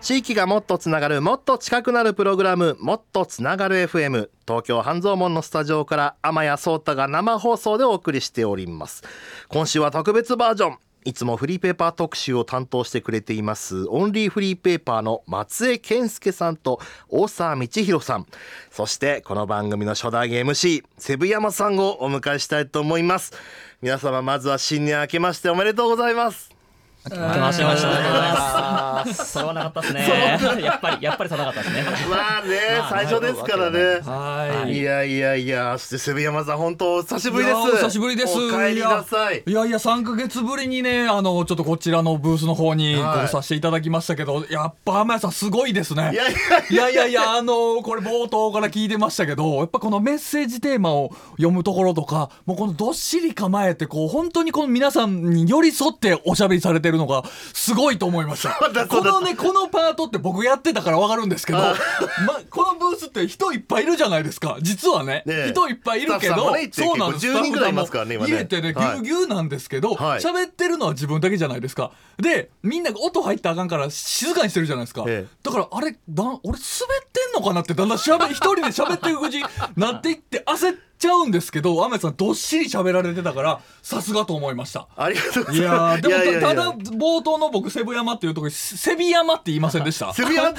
地域がもっとつながる、もっと近くなるプログラム、もっとつながる FM。 東京半蔵門のスタジオから天谷壮太が生放送でお送りしております。今週は特別バージョン、いつもフリーペーパー特集を担当してくれていますオンリーフリーペーパーの松江健介さんと大沢道弘さん、そしてこの番組の初代 MC セブ山さんをお迎えしたいと思います。皆様、まずは新年明けましておめでとうございます。 明けましておめでとうございます。揃わなかったですね。やっぱり揃わなかったですね。 まあね、最初ですからね。 はい。 いや、そしてセブ山さん、本当お久しぶりです。 お久しぶりです。 お帰りなさい。 いや3ヶ月ぶりにね、ちょっとこちらのブースの方に来させていただきましたけど、やっぱ天谷さんすごいですね。いやこれ冒頭から聞いてましたけど、やっぱこのメッセージテーマを読むところとか、もうこのどっしり構えて本当にこの皆さんに寄り添っておしゃべりされてるのがすごいと思いました。このパートって僕やってたから分かるんですけど、このブースって人いっぱいいるじゃないですか。実はね、人いっぱいいるけど、そうなんです。 10人ぐらいいますからね、今ね。 入れてね、ぎゅうぎゅうなんですけど、喋ってるのは自分だけじゃないですか。で、みんなが音入ったらあかんから静かにしてるじゃないですか。だから俺滑ってんのかなってだんだん一人で喋ってるうちになっていって焦っちゃうんですけど、天谷さんどっしり喋られてたからさすがと思いました。 ありがとうございます。 でもただ冒頭の僕セブ山っていうところにセビ山って言いませんでした？ セビ山って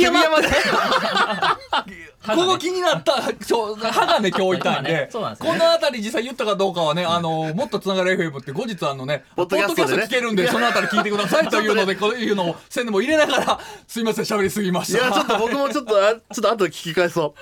ここ気になった。歯がね今日痛いんで、このあたり実際言ったかどうかはね、もっとつながる FM って後日ポッドキャスト聞けるんで、そのあたり聞いてくださいというので、こういうのを宣伝も入れながら、すいません喋りすぎました。 いやちょっと僕もちょっと後で聞き返そう。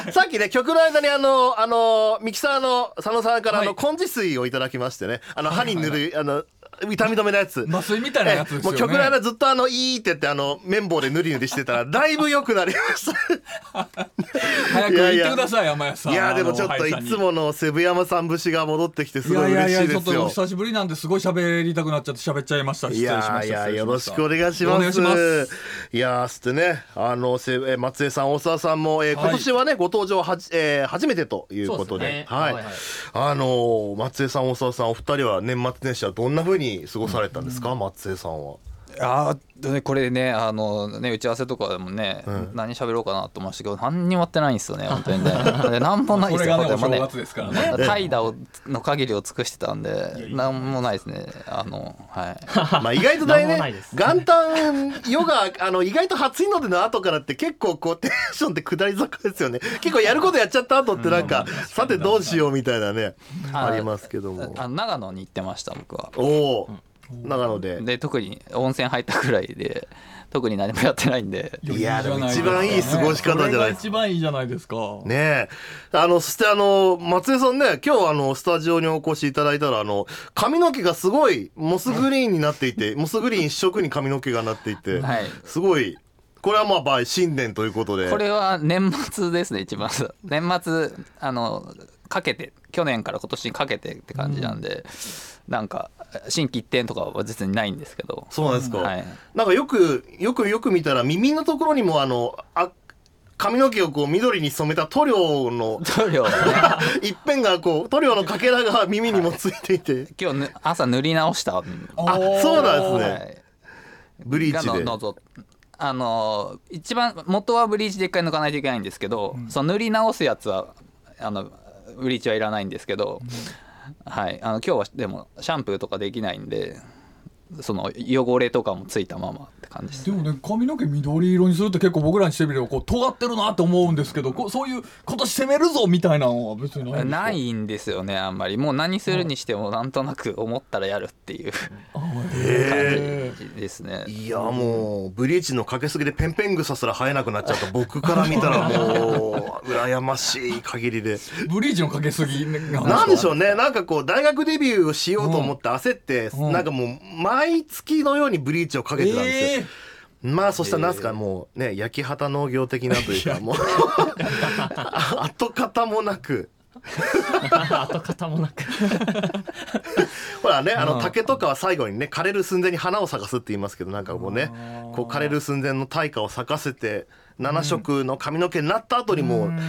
さっきね曲の間にミキサーの佐野さんから根治水をいただきましてね、歯に塗る痛み止めのやつ、 麻酔みたいなやつですよね。 もう曲の間ずっといいって言って綿棒で塗り塗りしてたらだいぶ良くなりました早く言ってください天谷さん。 いやでもちょっといつものセブ山さん節が戻ってきてすごい嬉しいですよ。 ちょっとお久しぶりなんですごい喋りたくなっちゃって喋っちゃいました。失礼しました。 よろしくお願いします。お願いします。いやそしてね松江さん大沢さんも、今年はねご登場初めてということで、松江さん大沢さんお二人は年末年始はどんな風に過ごされたんですか？松江さんは。 これね打ち合わせとかでもね、何喋ろうかなと思いましたけど、何にもやってないんですよね本当にね。で何もないですよ。 これがねお正月ですからね。 怠惰の限りを尽くしてたんで何もないですね。 まあ意外とだいね元旦ヨガ意外と初日の出の後からって結構テンションって下り坂ですよね。結構やることやっちゃった後ってなんかさてどうしようみたいなねありますけども。 長野に行ってました僕は。 長野で特に温泉入ったくらいで特に何もやってないんで。 いやでも一番いい過ごし方じゃないですか。 一番いいじゃないですかね。そして松江さんね、今日スタジオにお越しいただいたら髪の毛がすごいモスグリーンになっていて、モスグリーン一色に髪の毛がなっていて、すごい。これはまあ新年ということで、 これは年末ですね。一番年末かけて去年から今年にかけてって感じなんで、なんか心機一転とかは実にないんですけど。 そうなんですか。なんかよく見たら耳のところにも髪の毛を緑に染めた塗料一辺が塗料のかけらが耳にもついていて、 今日朝塗り直した。 そうなんですね。ブリーチで一番元はブリーチで一回抜かないといけないんですけど、その塗り直すやつはブリーチはいらないんですけど、今日はでもシャンプーとかできないんで、その汚れとかもついたままって感じです。 でもね髪の毛緑色にするって結構僕らにしてみれば尖ってるなって思うんですけど、そういう今年攻めるぞみたいなのは別にないんですよね。あんまりもう何するにしてもなんとなく思ったらやるっていう感じですね。 いやもうブリーチのかけすぎでペンペン草すら生えなくなっちゃった僕から見たらもう羨ましい限りで。 ブリーチのかけすぎなんでしょうね。なんか大学デビューをしようと思って焦って、なんかもう毎月のようにブリーチをかけてたんですよ。まあそしたらなんすかもうね焼き畑農業的なというかもう跡形もなく跡形もなくほらね竹とかは最後にね枯れる寸前に花を咲かすって言いますけど、なんかもうね枯れる寸前の大花を咲かせて7色の髪の毛になった後にもう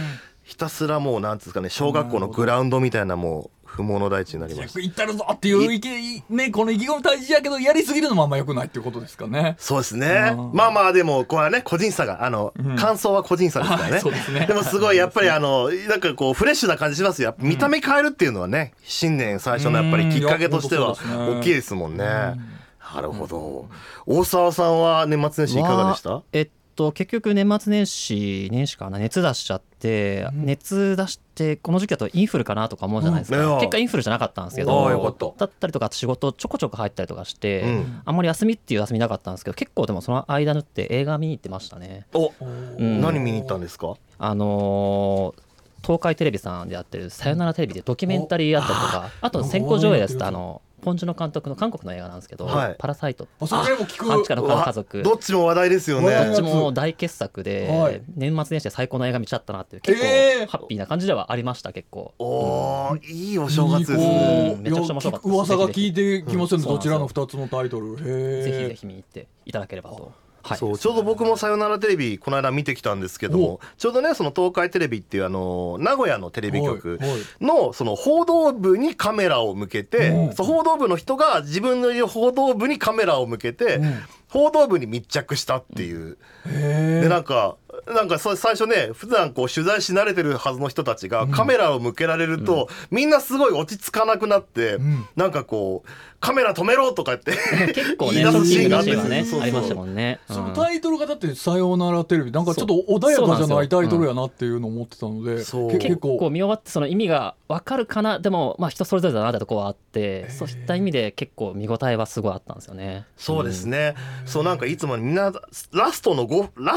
ひたすらもうなんていうんですかね、小学校のグラウンドみたいなもう不毛の大地になりました。 いったるぞっていうね、この意気込み大事やけどやりすぎるのもあんま良くないっていうことですかね。 そうですね。まあまあでもこれはね個人差が感想は個人差ですからね。 そうですね。 でもすごいやっぱりなんかこうフレッシュな感じしますよ。見た目変えるっていうのはね、新年最初のやっぱりきっかけとしては大きいですもんね。なるほど。大沢さんは年末年始いかがでした？ 結局年末年始かな、熱出しちゃって、熱出してこの時期だとインフルかなとか思うじゃないですか。結果インフルじゃなかったんですけど、だったりとか仕事ちょこちょこ入ったりとかして、あんまり休みっていう休みなかったんですけど、結構でもその間縫って映画見に行ってましたね。 何見に行ったんですか？ 東海テレビさんでやってるさよならテレビでドキュメンタリーあったりとか、あと先行上映ですとポン・ジュノ監督の韓国の映画なんですけど、パラサイト、 それも聞く、 半地下の家族、 どっちも話題ですよね。 どっちも大傑作で、年末年始で最高の映画見ちゃったなっていう、結構ハッピーな感じではありました。結構いいお正月ですね。 めちゃくちゃ面白かった。 噂が聞いてきませんね、どちらの2つのタイトル。 ぜひぜひ見に行っていただければと。 そうちょうど僕もさよならテレビこの間見てきたんですけども、ちょうどねその東海テレビっていう名古屋のテレビ局のその報道部にカメラを向けて、報道部の人が自分のいる報道部にカメラを向けて報道部に密着したっていう。でなんか最初ね、普段こう取材し慣れてるはずの人たちがカメラを向けられると、みんなすごい落ち着かなくなって、なんかこうカメラ止めろとか言って結構ねショッキングなシーンはねありましたもんね。 そのタイトルがだってさよならテレビ、なんかちょっと穏やかじゃないタイトルやなっていうのを思ってたので、 結構見終わってその意味が分かるかな。でもまあ人それぞれだなってとこはあって、そういった意味で結構見応えはすごいあったんですよね。 そうですね。そうなんかいつもみんなラストの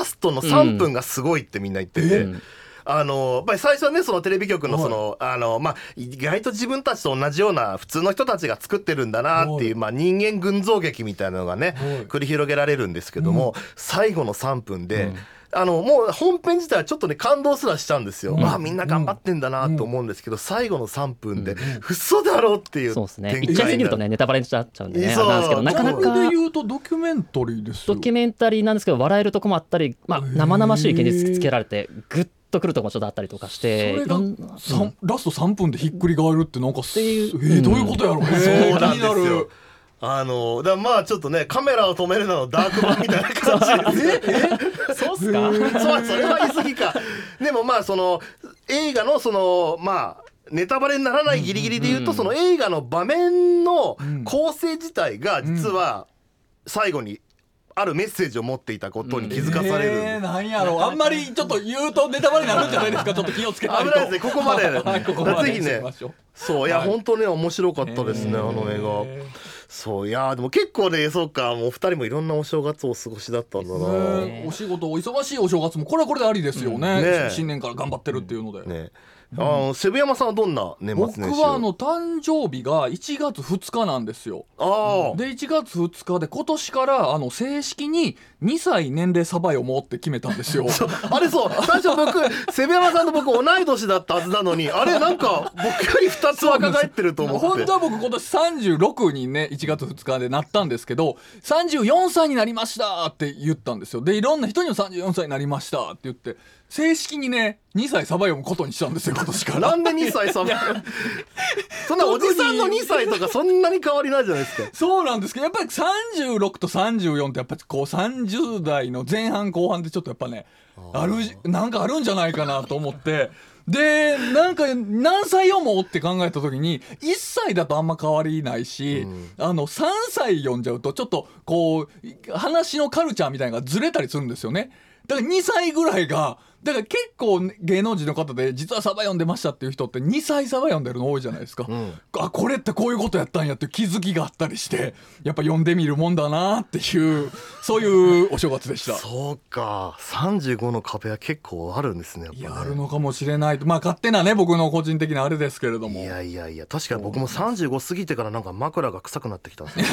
3分がすごいってみんな言ってて、やっぱり最初はねそのテレビ局の意外と自分たちと同じような普通の人たちが作ってるんだなっていう、人間群像劇みたいなのがね繰り広げられるんですけども、最後の3分で、もう本編自体はちょっとね感動すらしちゃうんですよ。みんな頑張ってんだなと思うんですけど、最後の3分で嘘だろっていう。 そうですね。言っちゃいすぎるとねネタバレになっちゃうんでね。なんですけどなかなか。 それで言うとドキュメンタリーですよ。 ドキュメンタリーなんですけど笑えるとこもあったり、生々しい現実つけられてグッとくるとこもちょっとあったりとかして、 それがラスト3分でひっくり返るってなんかどういうことやろう。 そうなんですよ。ちょっとねカメラを止めるなのダーク版みたいな感じでそうっすか。 それは言い過ぎか。でもその映画のネタバレにならないギリギリで言うと、その映画の場面の構成自体が実は最後にあるメッセージを持っていたことに気づかされる。 なんやろう、あんまりちょっと言うとネタバレになるんじゃないですか。ちょっと気をつけないと。 危ないですね、ここまで。ぜひね。 そういや本当ね面白かったですね、あの映画。そういやでも結構ね、そうか、もう2人もいろんなお正月をお過ごしだったんだな。 お仕事お忙しいお正月もこれはこれでありですよね。新年から頑張ってるっていうのでね。 渋山さんはどんな年末年始を？ 僕は誕生日が1月2日なんですよ。で1月2日で今年から正式に2歳年齢差ばよもって決めたんですよ。 あれそう最初僕渋山さんと僕同い年だったはずなのに、あれなんか僕より2つ若返ってると思って。 本当は僕今年36にね1月2日でなったんですけど、34歳になりましたって言ったんですよ。でいろんな人にも34歳になりましたって言って正式にね2歳サバ読むことにしたんですよ今年から。 なんで2歳サバそんなおじさんの2歳とかそんなに変わりないじゃないですか。 そうなんですけど、やっぱり36と34ってやっぱりこう30代の前半後半でちょっとやっぱねなんかあるんじゃないかなと思って、でなんか何歳読もうって考えた時に1歳だとあんま変わりないし、3歳読んじゃうとちょっとこう話のカルチャーみたいなのがずれたりするんですよね。だから2歳ぐらいがだから結構芸能人の方で実はサバ読んでましたっていう人って2歳サバ読んでるの多いじゃないですか、これってこういうことやったんやっていう気づきがあったりして、やっぱ読んでみるもんだなっていうそういうお正月でした。 そうか、35の壁は結構あるんですね、やっぱね。 いやあるのかもしれない。勝手なね僕の個人的なあれですけれども、 いや確かに僕も35過ぎてからなんか枕が臭くなってきたんですよ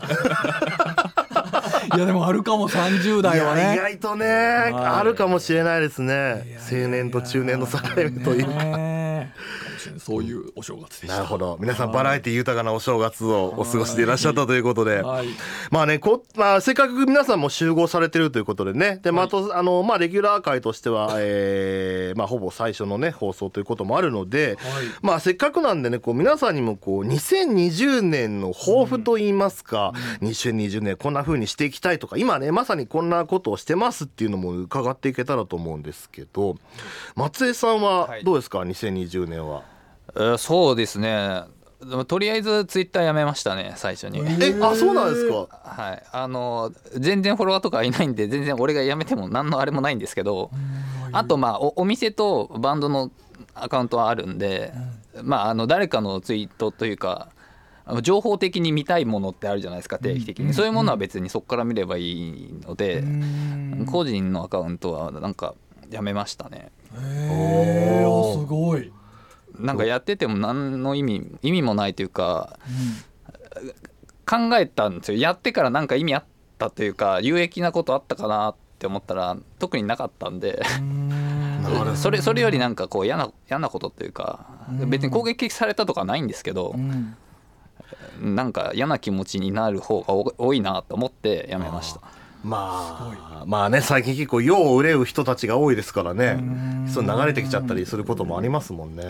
いやでもあるかも30代はね意外とね、あるかもしれないですね。青年と中年の境目というかもしれない、そういうお正月でした。 なるほど、皆さんバラエティ豊かなお正月をお過ごしでいらっしゃったということで、まあねせっかく皆さんも集合されてるということでね、で、あとレギュラー回としては、ほぼ最初のね放送ということもあるので、せっかくなんでね皆さんにも2020年の抱負といいますか、2020年こんな風にしていきたいとか、今ねまさにこんなことをしてますっていうのも伺っていけたらと思うんですけど、松江さんはどうですか、2020年は。 そうですね、とりあえずツイッターやめましたね、最初に。 そうなんですか。 はい、全然フォロワーとかいないんで、全然俺がやめても何のあれもないんですけど、あとお店とバンドのアカウントはあるんで、誰かのツイートというか情報的に見たいものってあるじゃないですか、定期的に。そういうものは別にそこから見ればいいので、個人のアカウントはなんかやめましたね。 すごい。 なんかやってても何の意味もないというか、考えたんですよ。やってからなんか意味あったというか有益なことあったかなって思ったら特になかったんでそれよりなんか嫌なことというか、別に攻撃されたとかないんですけど、なんか嫌な気持ちになる方が多いなと思ってやめました。 最近結構世を憂う人たちが多いですからね、そう流れてきちゃったりすることもありますもんね。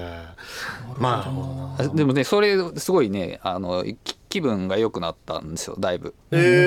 でもね、それすごいね気分が良くなったんですよ、だいぶ。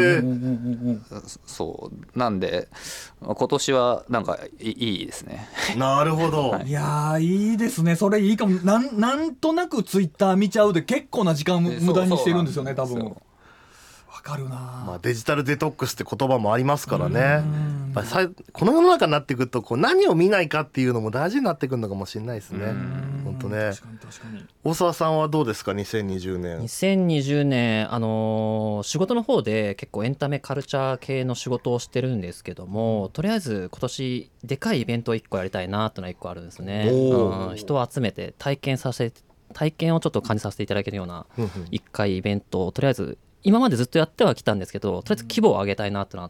そうなんで今年はなんかいいですね。 なるほど、 いやいいですね、それいいかも。なんとなくツイッター見ちゃうで結構な時間無駄にしてるんですよね、多分。わかるな。 デジタルデトックスって言葉もありますからね。この世の中になってくると何を見ないかっていうのも大事になってくるのかもしれないですね。本当ね。 確かに。 大沢さんはどうですか、2020年。 2020年仕事の方で結構エンタメカルチャー系の仕事をしてるんですけども、とりあえず今年でかいイベントを1個やりたいなっていうのは1個あるんですね。人を集めて体験をちょっと感じさせていただけるような1回イベントをとりあえず今までずっとやってはきたんですけど、とりあえず規模を上げたいなってなって、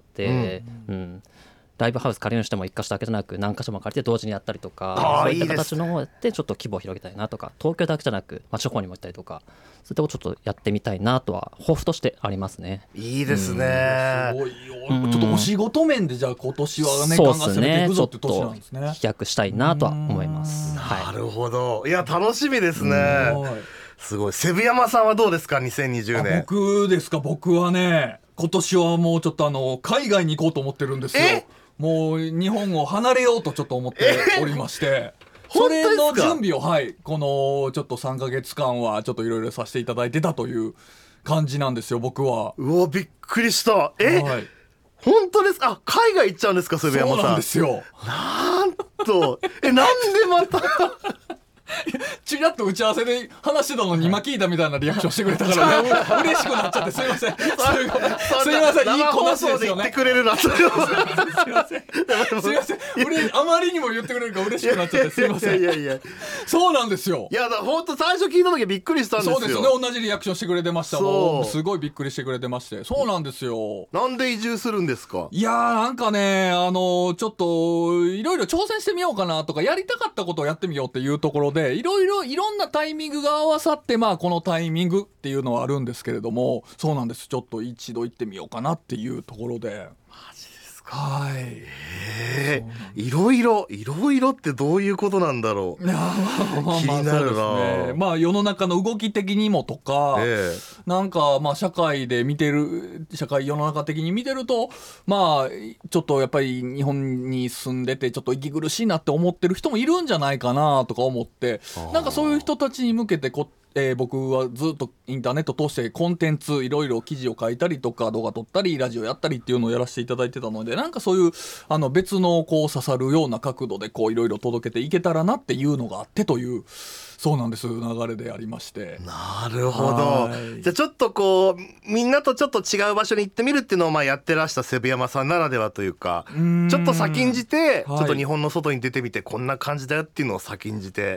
ライブハウス借りるにしても1箇所だけじゃなく何箇所も借りて同時にやったりとか、そういった形のをやってちょっと規模を広げたいなとか、東京だけじゃなく地方にも行ったりとか、そういったことをちょっとやってみたいなとは抱負としてありますね。 いいですね。 すごいよ。ちょっとお仕事面でじゃあ今年はね、考えていくぞって年なんですね。 飛躍したいなとは思います。 なるほど。いや楽しみですね。すごい。セブ山さんはどうですか、2020年。 僕はね、今年はもうちょっと海外に行こうと思ってるんですよ。もう日本を離れようとちょっと思っておりましてそれの準備をこのちょっと3ヶ月間はちょっといろいろさせていただいてたという感じなんですよ、僕は。 うわ、びっくりした。本当ですか。海外行っちゃうんですか、セブ山さん。 そうなんですよ。 なんとなんでまたちらっと打ち合わせで話してたのに今聞いたみたいなリアクションしてくれたからね嬉しくなっちゃって、すいませんすいません、いいこなしですよね。 言ってくれるな。すいませんあまりにも言ってくれるから嬉しくなっちゃって、すいません。いやそうなんですよ。 いや本当最初聞いた時びっくりしたんですよ。 そうですよね、同じリアクションしてくれてました。もうすごいびっくりしてくれてまして。そうなんですよ。 なんで移住するんですか。 いやなんかねちょっといろいろ挑戦してみようかなとか、やりたかったことをやってみようっていうところでいろんなタイミングが合わさって、このタイミングっていうのはあるんですけれども、そうなんです。ちょっと一度行ってみようかなっていうところで。 マジですか。いろいろってどういうことなんだろう。気になるな。 世の中の動き的にもとか、なんか社会で見てる、世の中的に見てるとちょっとやっぱり日本に住んでてちょっと息苦しいなって思ってる人もいるんじゃないかなとか思って、なんかそういう人たちに向けて僕はずっとインターネット通してコンテンツいろいろ記事を書いたりとか動画撮ったりラジオやったりっていうのをやらせていただいてたので、なんかそういう別の刺さるような角度でいろいろ届けていけたらなっていうのがあってという、そうなんです、流れでありまして。 なるほど。じゃあちょっとみんなとちょっと違う場所に行ってみるっていうのをやってらしたセブ山さんならではというか、ちょっと先んじてちょっと日本の外に出てみてこんな感じだよっていうのを先んじて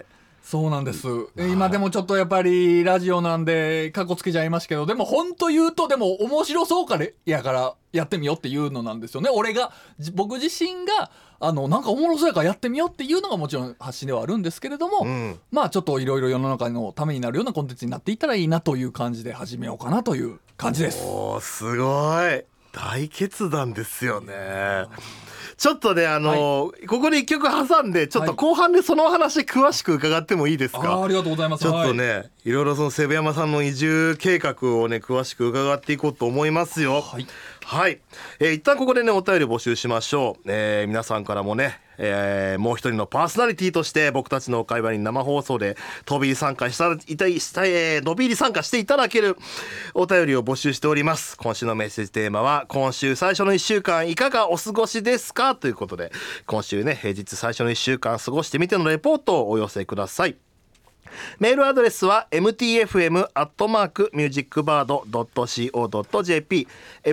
そうなんです。今でもちょっとやっぱりラジオなんでカッコつけちゃいますけど、でも本当言うとでも面白そうからやからやってみようっていうのなんですよね。僕自身がなんかおもろそうやからやってみようっていうのがもちろん発信ではあるんですけれども、まあちょっといろいろ世の中のためになるようなコンテンツになっていったらいいなという感じで始めようかなという感じです。 おー、すごい大決断ですよね。ちょっとねここで一曲挟んでちょっと後半でその話詳しく伺ってもいいですか。 ありがとうございます。 ちょっとね、いろいろそのセブ山さんの移住計画をね詳しく伺っていこうと思いますよ。はい、一旦ここでねお便り募集しましょう。皆さんからもね、もう一人のパーソナリティとして僕たちの会話に生放送で飛び入り参加していただけるお便りを募集しております。今週のメッセージテーマは今週最初の1週間いかがお過ごしですかということで、今週ね平日最初の1週間過ごしてみてのレポートをお寄せください。メールアドレスは mtfm@musicbird.co.jp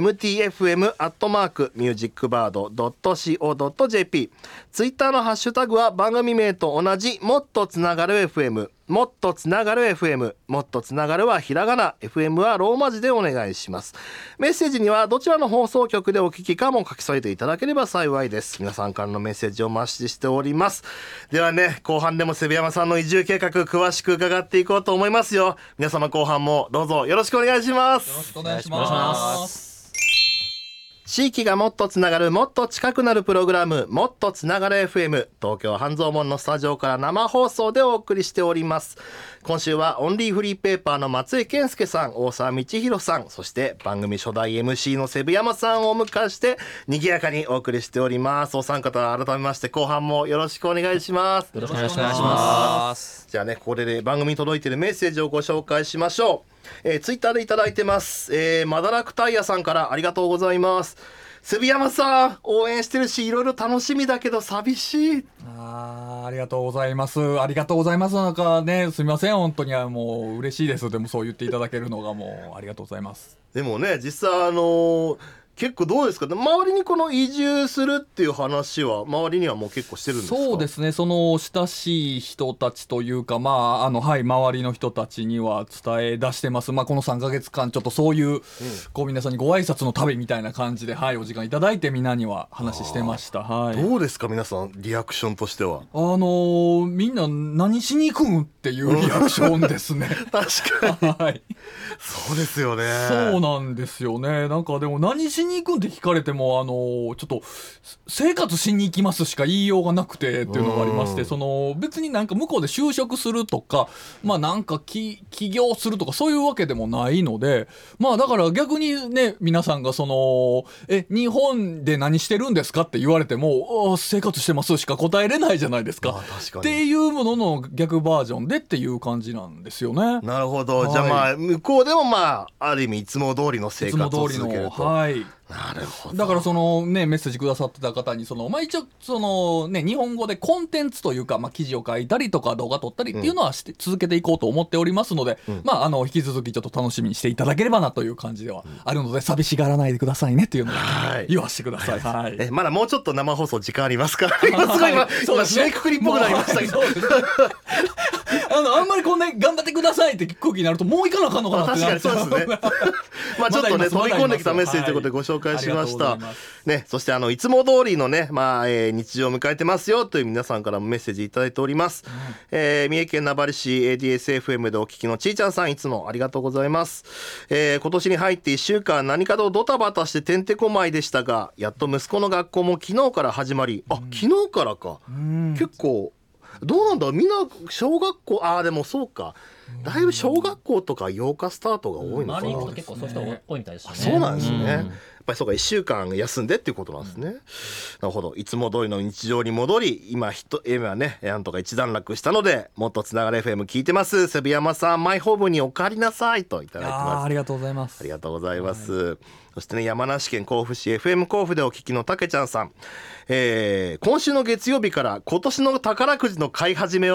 mtfm@musicbird.co.jp ツイッターのハッシュタグは番組名と同じもっとつながる FM、 もっとつながる FM、 もっとつながるはひらがな、 FM はローマ字でお願いします。メッセージにはどちらの放送局でお聞きかも書き添えていただければ幸いです。皆さんからのメッセージをお待ちしております。ではね、後半でもセブ山さんの移住計画詳しく伺っていこうと思いますよ。皆様後半もどうぞよろしくお願いします。 よろしくお願いします。 地域がもっとつながる、もっと近くなるプログラム、もっとつながる FM、 東京半蔵門のスタジオから生放送でお送りしております。今週はオンリーフリーペーパーの松井健介さん、大沢道弘さん、そして番組初代 MC のセブ山さんをお迎えして賑やかにお送りしております。お三方改めまして後半もよろしくお願いします。 よろしくお願いします。 じゃあね、ここで、番組に届いているメッセージをご紹介しましょう。ツイッターでいただいてます。まだらくタイヤさんからありがとうございます。セブ山さん応援してるしいろいろ楽しみだけど寂しい。 ありがとうございます。ありがとうございます。なんかね、すみません、本当にもう嬉しいです。でもそう言っていただけるのがもうありがとうございます。 でもね、実際結構どうですか、周りにこの移住するっていう話は周りにはもう結構してるんですか。 そうですね、その親しい人たちというか、周りの人たちには伝え出してます。この3ヶ月間ちょっとそういう、こう皆さんにご挨拶の旅みたいな感じで、お時間いただいてみんなには話してました。 どうですか皆さんリアクションとしては。 みんな何しに行くんっていうリアクションですね確かに、そうですよね。 そうなんですよね。なんかでも何しに行くんって聞かれてもちょっと生活しに行きますしか言いようがなくてっていうのがありまして、別になんか向こうで就職するとかなんか起業するとかそういうわけでもないので、だから逆にね、皆さんが日本で何してるんですかって言われても生活してますしか答えれないじゃないですか。 確かにっていうものの逆バージョンでっていう感じなんですよね。 なるほど、じゃあ向こうでもある意味いつも通りの生活を続けると。なるほど。だからメッセージくださってた方に一応日本語でコンテンツというか、記事を書いたりとか動画撮ったりっていうのは続けていこうと思っておりますので、引き続きちょっと楽しみにしていただければなという感じではあるので、寂しがらないでくださいねっていうのを言わせてください。 まだもうちょっと生放送時間ありますから今締めくくりっぽくなりましたけどあんまりこんな頑張ってくださいって空気になるともう行かなあかんのかなってなる。 確かにそうですねちょっとね飛び込んできたメッセージということでご紹介しました。ね、そしていつも通りのね、日常を迎えてますよという皆さんからもメッセージいただいております。三重県名張市 ADSFM でお聞きのちーちゃんさん、いつもありがとうございます。今年に入って1週間何かとドタバタしててんてこまいでしたが、やっと息子の学校も昨日から始まり、昨日からか、結構どうなんだみんな小学校、でもそうか、だいぶ小学校とか8日スタートが多いのかな。 周りに行くと結構そういう人多いみたいですね。 そうなんですね、やっぱりそうか、1週間休んでっていうことなんですね、なるほど。いつも通りの日常に戻り、今ねなんとか一段落したので、もっとつながる FM 聞いてます。セブ山さんマイホームにお帰りなさいといただいてます。 ありがとうございます。 ありがとうございます、そしてね、山梨県甲府市 FM 甲府でお聞きのたけちゃんさん、今週の月曜日から今年の宝くじの買い始めを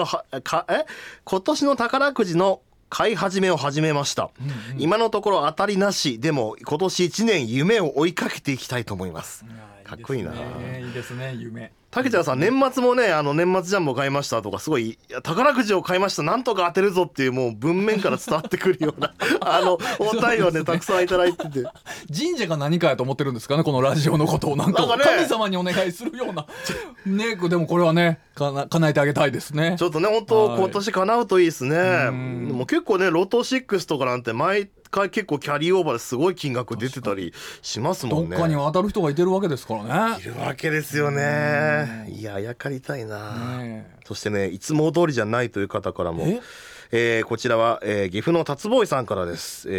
始めました、今のところ当たりなしでも今年1年夢を追いかけていきたいと思います。かっこいいな。 いいですね、夢。 竹ちゃんさん年末もね年末ジャンボ買いましたとかすごい宝くじを買いましたなんとか当てるぞっていうもう文面から伝わってくるようなお便りをねたくさんいただいてて神社が何かやと思ってるんですかねこのラジオのことをなんか神様にお願いするようなね。でもこれはね叶えてあげたいですね。 ちょっとね本当今年叶うといいですね。でも結構ねロト6とかなんて毎回結構キャリーオーバーですごい金額出てたりしますもんね。 どっかには当たる人がいてるわけですからね。 いるわけですよね。いやあやかりたいな。そしてねいつも通りじゃないという方からもこちらは、岐阜の達ボーイさんからです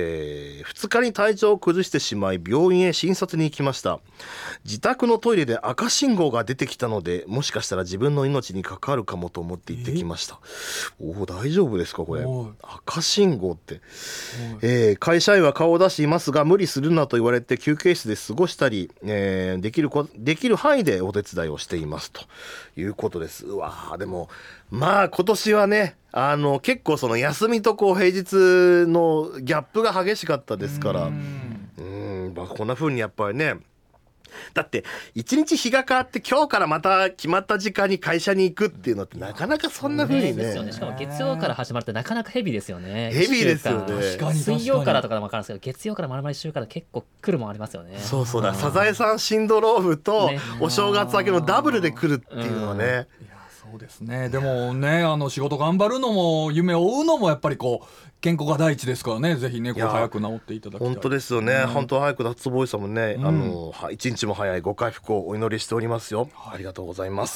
、2日に体調を崩してしまい病院へ診察に行きました。自宅のトイレで赤信号が出てきたのでもしかしたら自分の命に関わるかもと思って行ってきました。大丈夫ですかこれ。赤信号って、会社員は顔を出していますが無理するなと言われて休憩室で過ごしたり、できる範囲でお手伝いをしていますということです。うわでもまあ今年はね結構その休みとこう平日のギャップが激しかったですから、まあ、こんな風にやっぱりねだって一日日が変わって今日からまた決まった時間に会社に行くっていうのってなかなかそんな風にね、 ですよね。しかも月曜から始まるってなかなかヘビーですよね。 ヘビーですよね。 水曜からとかでも分かるんですけど月曜から丸々1週から結構来るもんありますよね。 そうだサザエさんシンドロームとお正月明けのダブルで来るっていうのはね、 そうですね。でもね仕事頑張るのも夢を追うのもやっぱりこう健康が第一ですからね。ぜひねこう早く治っていただきたい。 本当ですよね、本当早く達ボーイさんもね、一日も早いご回復をお祈りしておりますよ、ありがとうございます、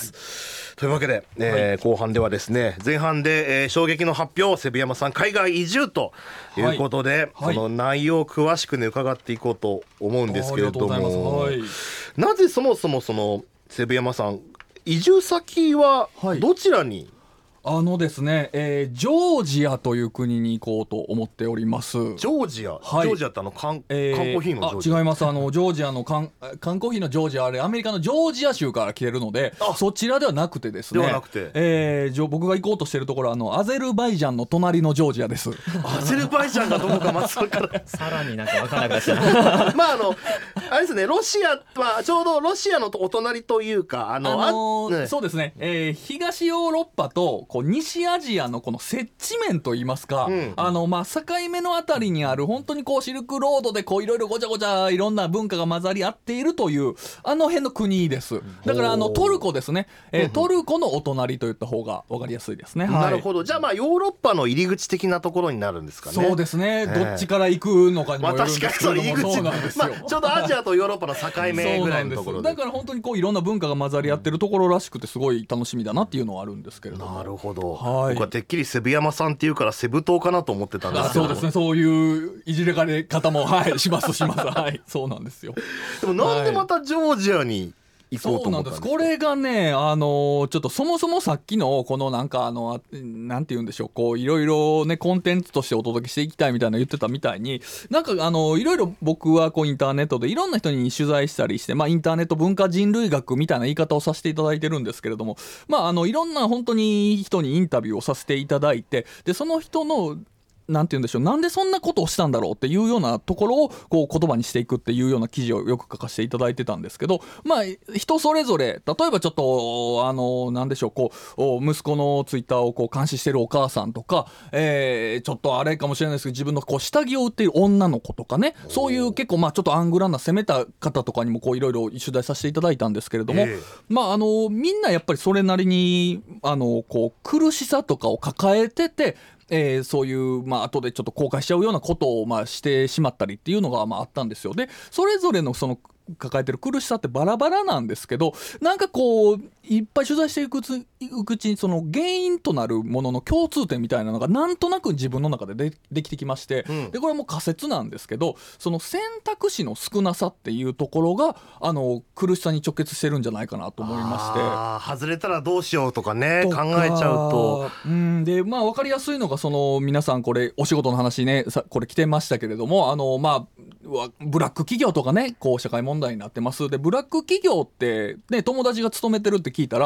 というわけで、後半ではですね前半で、衝撃の発表セブ山さん海外移住ということで、その内容を詳しくね伺っていこうと思うんですけれども、なぜそもそもそのセブ山さん移住先はどちらに、 ですね、ジョージアという国に行こうと思っております。 ジョージア、ジョージアって缶コーヒーのジョージア、 違います。ジョージアの缶コーヒーのジョージア、あれアメリカのジョージア州から来てるのでそちらではなくてですね、 ではなくて、 僕が行こうとしてるところはアゼルバイジャンの隣のジョージアです。 アゼルバイジャンがどこか松岡からさらになんか分からなくなっちゃうまああれですねロシアはちょうどロシアのお隣というかそうですね、東ヨーロッパとこう西アジアのこの接地面といいますか、境目のあたりにある本当にこうシルクロードでこういろいろごちゃごちゃいろんな文化が混ざり合っているという辺の国です。だからトルコですね、トルコのお隣といった方が分かりやすいですね。 なるほど。じゃあヨーロッパの入り口的なところになるんですかね。 そうですね、どっちから行くのかにもよるんですけども、そうなんですよ、 ちょうどアジアとヨーロッパの境目ぐらいのところで、 だから本当にこういろんな文化が混ざり合ってるところらしくてすごい楽しみだなっていうのはあるんですけれども。 なるほど、僕はてっきりセブ山さんっていうからセブ島かなと思ってたんですけど。 そうですね、そういういじれかれ方もしますそうなんですよ。 でもなんでまたジョージアに行こうと思ったんですか。 これがねちょっとそもそもさっきのこのなんかなんて言うんでしょう、こういろいろねコンテンツとしてお届けしていきたいみたいな言ってたみたいに、なんかいろいろ僕はこうインターネットでいろんな人に取材したりして、インターネット文化人類学みたいな言い方をさせていただいてるんですけれども、いろんな本当に人にインタビューをさせていただいて、でその人のなんて言うんでしょう、なんでそんなことをしたんだろうっていうようなところをこう言葉にしていくっていうような記事をよく書かせていただいてたんですけど、人それぞれ例えばちょっとなんでしょう、こう息子のツイッターをこう監視してるお母さんとか、ちょっとあれかもしれないですけど自分のこう下着を売っている女の子とかね、そういう結構ちょっとアングラな攻めた方とかにもこういろいろ取材させていただいたんですけれども、みんなやっぱりそれなりにこう苦しさとかを抱えてて、そういう後でちょっと後悔しちゃうようなことをしてしまったりっていうのがあったんですよ。でそれぞれのその抱えてる苦しさってバラバラなんですけど、なんかこういっぱい取材していくうちにその原因となるものの共通点みたいなのがなんとなく自分の中でできてきまして、でこれはもう仮説なんですけど、その選択肢の少なさっていうところが苦しさに直結してるんじゃないかなと思いまして、外れたらどうしようとかね考えちゃうと、 で分かりやすいのが皆さんこれお仕事の話ねこれ来てましたけれども、ブラック企業とかねこう社会問題になってます。でブラック企業って、ね、友達が勤めてるって聞いたら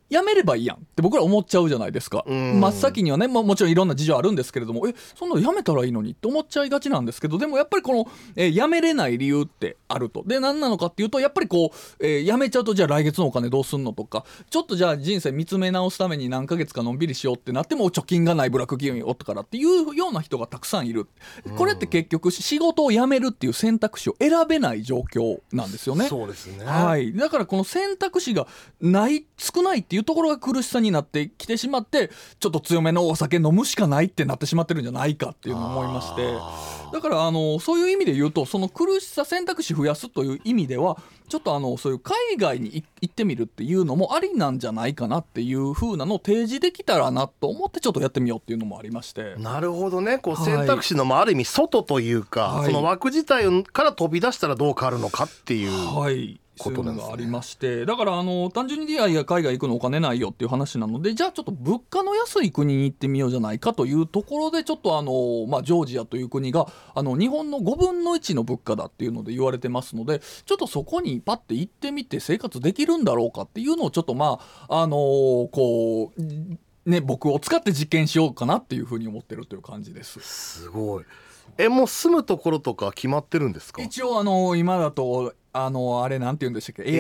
やめればいいやんって僕ら思っちゃうじゃないですか。真っ先にはね、もちろんいろんな事情あるんですけれども、そんなのやめたらいいのにって思っちゃいがちなんですけど、でもやっぱりこの、やめれない理由ってあると。で何なのかっていうと、やっぱりこう、やめちゃうとじゃあ来月のお金どうすんのとか、ちょっとじゃあ人生見つめ直すために何ヶ月かのんびりしようってなっても貯金がないブラック企業におったからっていうような人がたくさんいる。これって結局仕事を辞めるっていう選択肢を選べない状況なんですよね。 そうですね、 はい、だからこの選択肢がない少ないっていうところが苦しさになってきてしまって、ちょっと強めのお酒飲むしかないってなってしまってるんじゃないかっていうのを思いまして、だからそういう意味で言うと、その苦しさ選択肢増やすという意味ではちょっとそういう海外に行ってみるっていうのもありなんじゃないかなっていう風なのを提示できたらなと思ってちょっとやってみようっていうのもありまして。 なるほどね、こう選択肢のある意味外というか、はい、その枠自体から飛び出したらどう変わるのかっていう、 はいことなんですね。そういうのがありまして、だから単純にいやいや海外行くのお金ないよっていう話なので、じゃあちょっと物価の安い国に行ってみようじゃないかというところで、ちょっとジョージアという国が日本の5分の1の物価だっていうので言われてますので、ちょっとそこにパッて行ってみて生活できるんだろうかっていうのをちょっとこうね、僕を使って実験しようかなっていうふうに思ってるという感じです。 すごい。もう住むところとか決まってるんですか？ 一応今だとあれなんて言うんでしたっけ、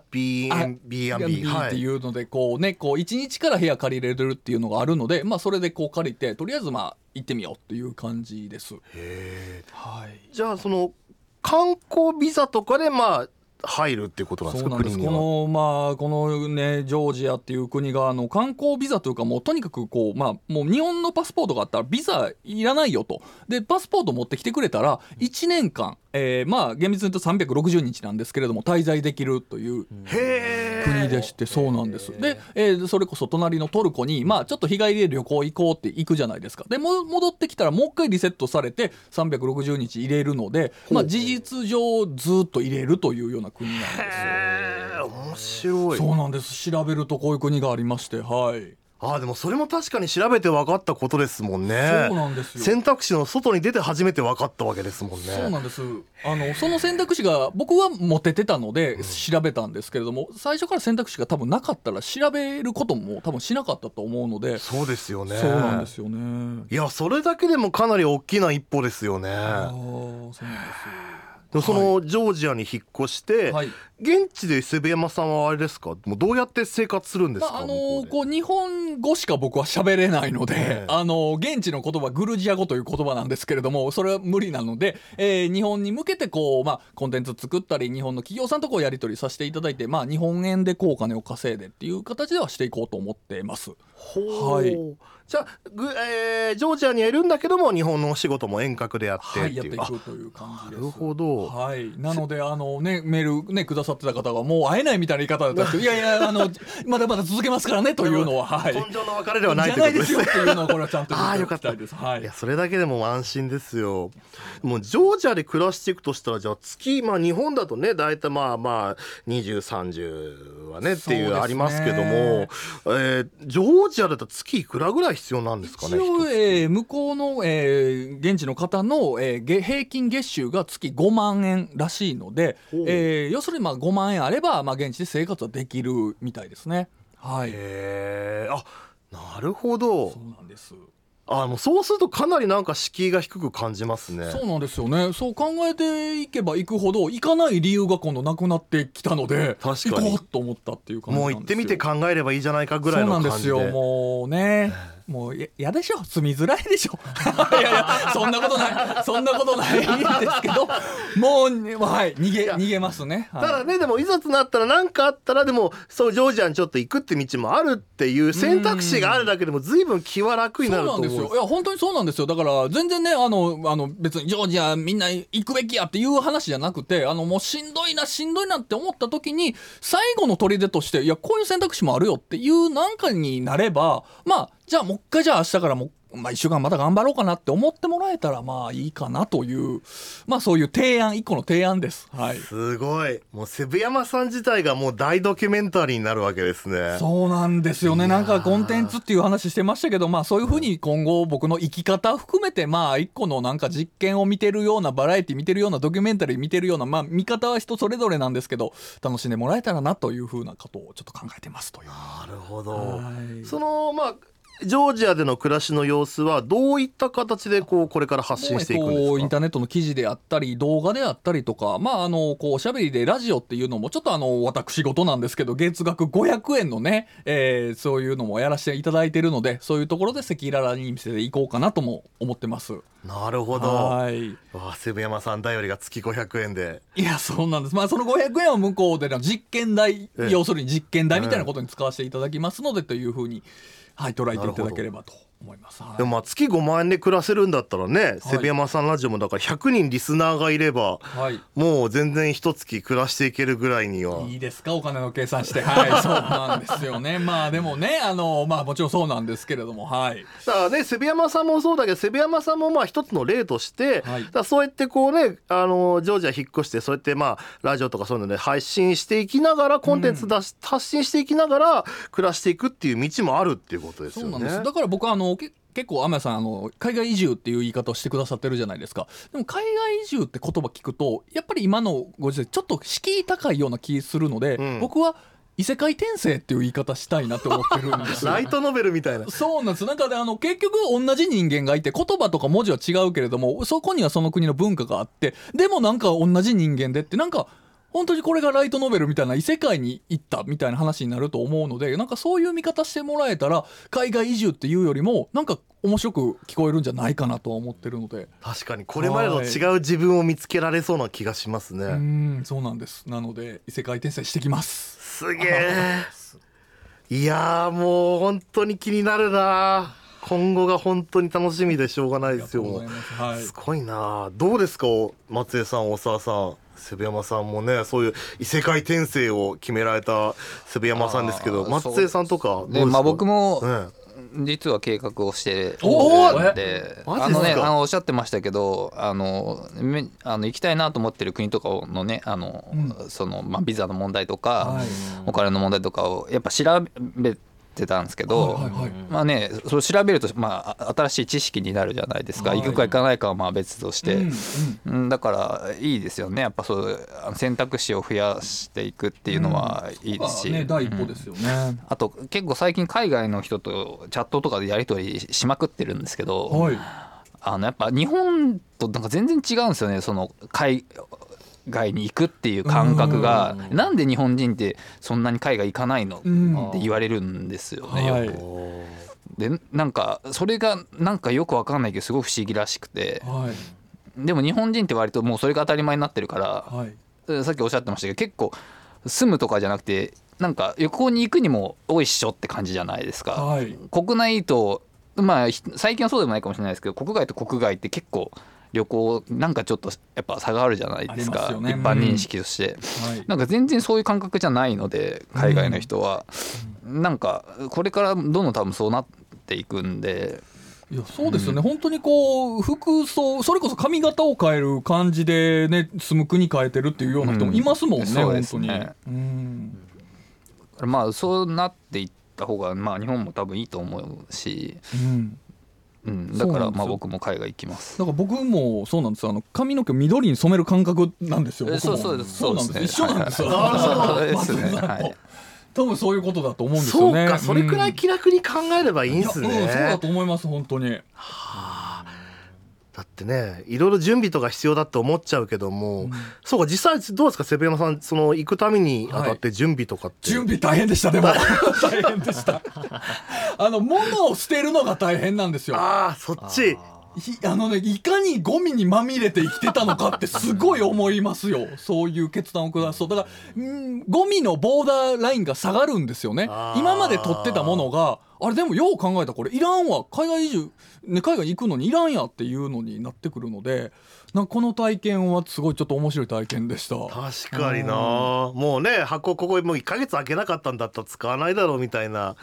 Airbnb っていうのでこう1日から部屋借りれるっていうのがあるので、それでこう借りてとりあえず行ってみようっていう感じです。 へー、 はい、 じゃあその観光ビザとかで入るっていうことなんですか？ そうなんです。 国にはこのねジョージアっていう国が観光ビザというか、もうとにかくこうもう日本のパスポートがあったらビザいらないよと。でパスポート持ってきてくれたら1年間厳密に言うと360日なんですけれども滞在できるという国でして、そうなんです。で、それこそ隣のトルコにちょっと日帰りで旅行行こうって行くじゃないですか。で戻ってきたらもう一回リセットされて360日入れるので、事実上ずっと入れるというような国なんですよ。 面白い。 そうなんです。調べるとこういう国がありまして、はい。 でもそれも確かに調べて分かったことですもんね。 そうなんですよ。 選択肢の外に出て初めて分かったわけですもんね。 そうなんです。その選択肢が僕は持ててたので調べたんですけれども、最初から選択肢が多分なかったら調べることも多分しなかったと思うので。 そうですよね。 そうなんですよね。 いや、それだけでもかなり大きな一歩ですよね。 そうなんですよ。 そのジョージアに引っ越して、はい、現地でセブ山さんはあれですか、もうどうやって生活するんですか？ こう日本語しか僕は喋れないので、現地の言葉グルジア語という言葉なんですけれども、それは無理なので、日本に向けてこう、コンテンツ作ったり日本の企業さんとこうやり取りさせていただいて、日本円でこうお金を稼いでっていう形ではしていこうと思っています。 はい。じゃあ、ジョージアにいるんだけども日本のお仕事も遠隔でやってっていう、 やっていくという感じです。 なるほど。 はい、なのでメールくださってた方がもう会えないみたいな言い方だったんですけど、いやいやまだまだ続けますからねというのは、はい、 根性の別れではないということです。 じゃないですよっていうのをこれはちゃんと言っておきたいです。 はい、いやそれだけでも安心ですよ。もうジョージアで暮らしていくとしたら、じゃあ月、日本だとねだいたい20、30はねっていうありますけども、ジョージアだったら月いくらぐらい必要なんですかね？ 一応、向こうの、現地の方の、平均月収が月5万円らしいので、要するに5万円あれば、現地で生活はできるみたいですね。はい。 なるほど。 そうなんです。 もうそうするとかなりなんか敷居が低く感じますね。 そうなんですよね。そう考えていけばいくほど行かない理由が今度なくなってきたので、 確かに行こうと思ったっていう感じなんですよ。 もう行ってみて考えればいいじゃないかぐらいの感じで。 そうなんですよ。もうね、もう嫌でしょ、住みづらいでしょいやそんなことないんですけど、もう、逃げますね。 ただね、でもいざとなったら何かあったら、でもそうジョージアにちょっと行くって道もあるっていう選択肢があるだけでも随分気は楽になると思う。 そうなんですよ。いや本当にそうなんですよ。だから全然ね、別にジョージアみんな行くべきやっていう話じゃなくて、もうしんどいなって思った時に最後の砦として、いやこういう選択肢もあるよっていうなんかになれば、じゃあもう一回、じゃあ明日からも 1週間また頑張ろうかなって思ってもらえたらまあいいかなという、そういう一個の提案です。はい、 すごい。もうセ山さん自体がもう大ドキュメンタリーになるわけですね。 そうなんですよね。なんかコンテンツっていう話してましたけど、そういうふうに今後僕の生き方含めて一個のなんか実験を見てるような、バラエティ見てるような、ドキュメンタリー見てるような、見方は人それぞれなんですけど、楽しんでもらえたらなというふうなことをちょっと考えてますという。 なるほど。そのジョージアでの暮らしの様子はどういった形でこれから発信していくんですか？ インターネットの記事であったり動画であったりとか、おしゃべりでラジオっていうのもちょっと私事なんですけど、月額500円のね、そういうのもやらせていただいているので、そういうところで赤裸々に見せていこうかなとも思ってます。 なるほど。はい。セブ山さん頼りが月500円で。 いや、そうなんです。その500円は向こうでの実験代、要するに実験代みたいなことに使わせていただきますので、というふうに捉えていただければと思います。 でも月5万円で暮らせるんだったらね、セブ山さんラジオもだから100人リスナーがいれば、もう全然一月暮らしていけるぐらいには。 いいですか、お金の計算して。そうなんですよね。でもね、もちろんそうなんですけれども、だからね、セブ山さんもそうだけど、セブ山さんも一つの例として、だそうやってジョージア引っ越して、そうやってラジオとかそういうので配信していきながら、コンテンツ発信していきながら暮らしていくっていう道もあるっていうことですよね。 そうなんです。だから僕は結構天谷さん海外移住っていう言い方をしてくださってるじゃないですか。でも海外移住って言葉聞くとやっぱり今のご時世ちょっと敷居高いような気するので、僕は異世界転生っていう言い方したいなって思ってるんですライトノベルみたいな。 そうなんです。なんか結局同じ人間がいて、言葉とか文字は違うけれども、そこにはその国の文化があって、でもなんか同じ人間でって、なんか本当にこれがライトノベルみたいな異世界に行ったみたいな話になると思うので、なんかそういう見方してもらえたら海外移住っていうよりもなんか面白く聞こえるんじゃないかなとは思ってるので、 確かにこれまでと違う自分を見つけられそうな気がしますね。 そうなんです。なので異世界転生してきます。 すげえ。いやー、もう本当に気になるな。今後が本当に楽しみでしょうがないですよ。すごいな。どうですか、松江さん、大沢さん。セブ山さんもね、そういう異世界転生を決められたセブ山さんですけど、松江さんとかどうですか？ 僕も実は計画をしておで、おっしゃってましたけど、行きたいなと思ってる国とかのね、そのビザの問題とか、お金の問題とかをやっぱ調べてたんですけど、それ調べると新しい知識になるじゃないですか。行くか行かないかは別として、だからいいですよね。やっぱそう選択肢を増やしていくっていうのはいいですし、 第一歩ですよね。 あと結構最近海外の人とチャットとかでやり取りしまくってるんですけど、やっぱ日本となんか全然違うんですよね。その海外に行くっていう感覚が、なんで日本人ってそんなに海外行かないのって言われるんですよね、よく。でなんかそれがなんかよく分かんないけどすごい不思議らしくて、でも日本人って割ともうそれが当たり前になってるから、さっきおっしゃってましたけど、結構住むとかじゃなくてなんか旅行に行くにも多いっしょって感じじゃないですか。国内と最近はそうでもないかもしれないですけど、国外と国外って結構旅行なんかちょっとやっぱ差があるじゃないですか、一般認識として、なんか全然そういう感覚じゃないので、海外の人は、なんかこれからどんどん多分そうなっていくんで。 いや、そうですよね、本当に服装、それこそ髪型を変える感じでね、住む国変えてるっていうような人もいますもんね、本当に。 そうなっていった方が日本も多分いいと思うし、だから僕も海外行きます。 だから僕もそうなんです。髪の毛緑に染める感覚なんですよ。 そうです。 一緒なんですよ。多分そういうことだと思うんですよね。 そうか、それくらい気楽に考えればいいんですね。 そうだと思います、本当に。 だってね、いろいろ準備とか必要だって思っちゃうけども、そうか、実際どうですか、セブ山さん、その行くためにあたって準備とかって。 準備大変でした。でも大変でした。物を捨てるのが大変なんですよ。 そっち。 いかにゴミにまみれて生きてたのかってすごい思いますよ。そういう決断を下すと、だからゴミのボーダーラインが下がるんですよね。今まで取ってたものが、あれでもよう考えたらこれいらんわ、海外移住、海外に行くのにいらんやっていうのになってくるので、なんかこの体験はすごいちょっと面白い体験でした。 確かにな。もうね、箱ここもう1ヶ月開けなかったんだったら使わないだろうみたいな。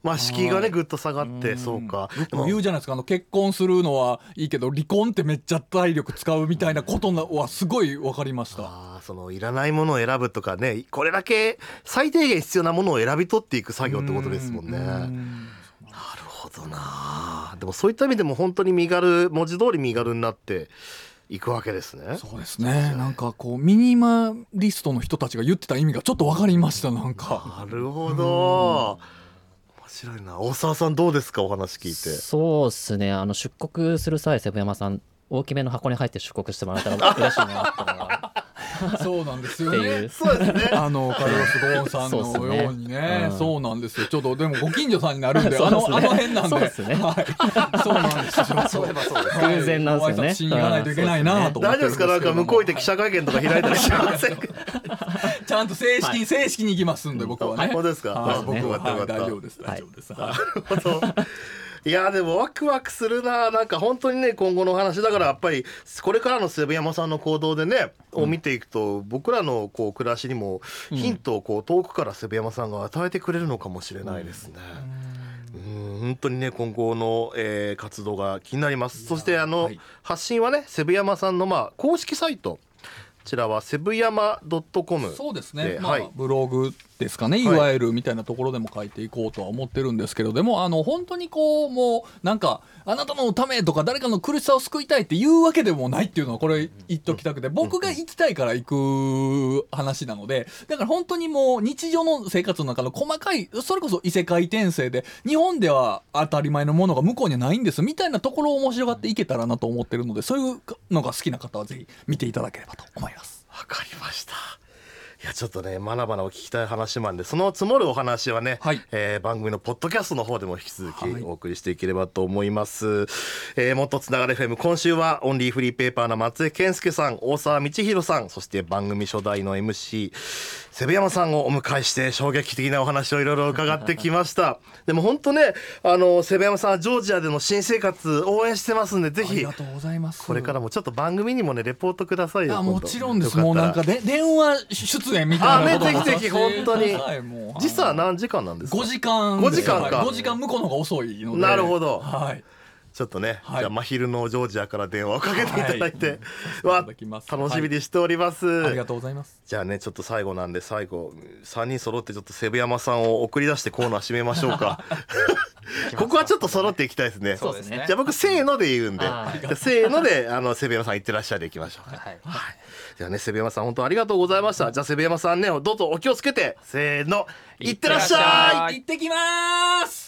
まあ敷居がねぐっと下がってそうかよく言うじゃないですか結婚するのはいいけど離婚ってめっちゃ体力使うみたいなことはすごい分かりました。 そのいらないものを選ぶとかねこれだけ最低限必要なものを選び取っていく作業ってことですもんね。なるほどな。でもそういった意味でも本当に文字通り身軽になっていくわけですね。 そうですね。なんかこうミニマリストの人たちが言ってた意味がちょっと分かりました。なんかなるほど。面白いな。大沢さんどうですかお話聞いて。 そうですね出国する際セブ山さん大きめの箱に入って出国してもらえたら嬉しいなっていうのがそうなんですよね。 そうですね。 カルロス・ゴーンさんのようにね。そうなんですよ。ちょっとでもご近所さんになるんであの辺なんで。 そうですね。 そうなんですよ。 そういえばそうです。偶然なんですよね。 ご挨拶しに行かないといけないなと思ってるんですけど。 大丈夫ですかなんか向こう行って記者会見とか開いたりしませんか。 ちゃんと正式に行きますんで僕はね。 本当ですか。僕は大丈夫です。大丈夫です。 なるほど。いやでもワクワクするな。なんか本当にね今後の話だからやっぱりこれからのセブ山さんの行動でねを見ていくと僕らのこう暮らしにもヒントをこう遠くからセブ山さんが与えてくれるのかもしれないですね。本当にね今後の、活動が気になります。そして発信はねセブ山さんの公式サイトこちらはセブヤマ .com そうですね、ブログですかねいわゆるみたいなところでも書いていこうとは思ってるんですけれども本当にこうもうなんかあなたのためとか誰かの苦しさを救いたいっていうわけでもないっていうのはこれ言っときたくて僕が行きたいから行く話なのでだから本当にもう日常の生活の中の細かいそれこそ異世界転生で日本では当たり前のものが向こうにはないんですみたいなところを面白がっていけたらなと思ってるのでそういうのが好きな方はぜひ見ていただければと思います。 わかりました。いやちょっとねまだまだお聞きたい話もあるんでその積もるお話はね、番組のポッドキャストの方でも引き続きお送りしていければと思います。もっとつながる FM 今週はオンリーフリーペーパーの松江健介さん大沢道弘さんそして番組初代の MC セブ山さんをお迎えして衝撃的なお話をいろいろ伺ってきましたでも本当ねセブ山さんはジョージアでの新生活応援してますんでぜひありがとうございます。 これからもちょっと番組にもねレポートくださいよ。 もちろんです。もうなんか電話出演みたいなこともぜひぜひ本当に時差は何時間なんですか。 5時間 5時間か 5時間向こうの方が遅いので。 なるほど、ちょっとね、じゃあ真昼のジョージアから電話をかけていただいて、楽しみにしております、 ありがとうございます。 じゃあねちょっと最後なんで最後3人揃ってちょっとセブ山さんを送り出してコーナー締めましょうかここはちょっと揃っていきたいですね。 そうですね。 じゃあ僕せーので言うんでせーのでセブ山さんいってらっしゃいでいきましょうか。じゃあねセブ山さん本当ありがとうございました。じゃあセブ山さんねどうぞお気をつけてせーのいってらっしゃい。 行ってきます。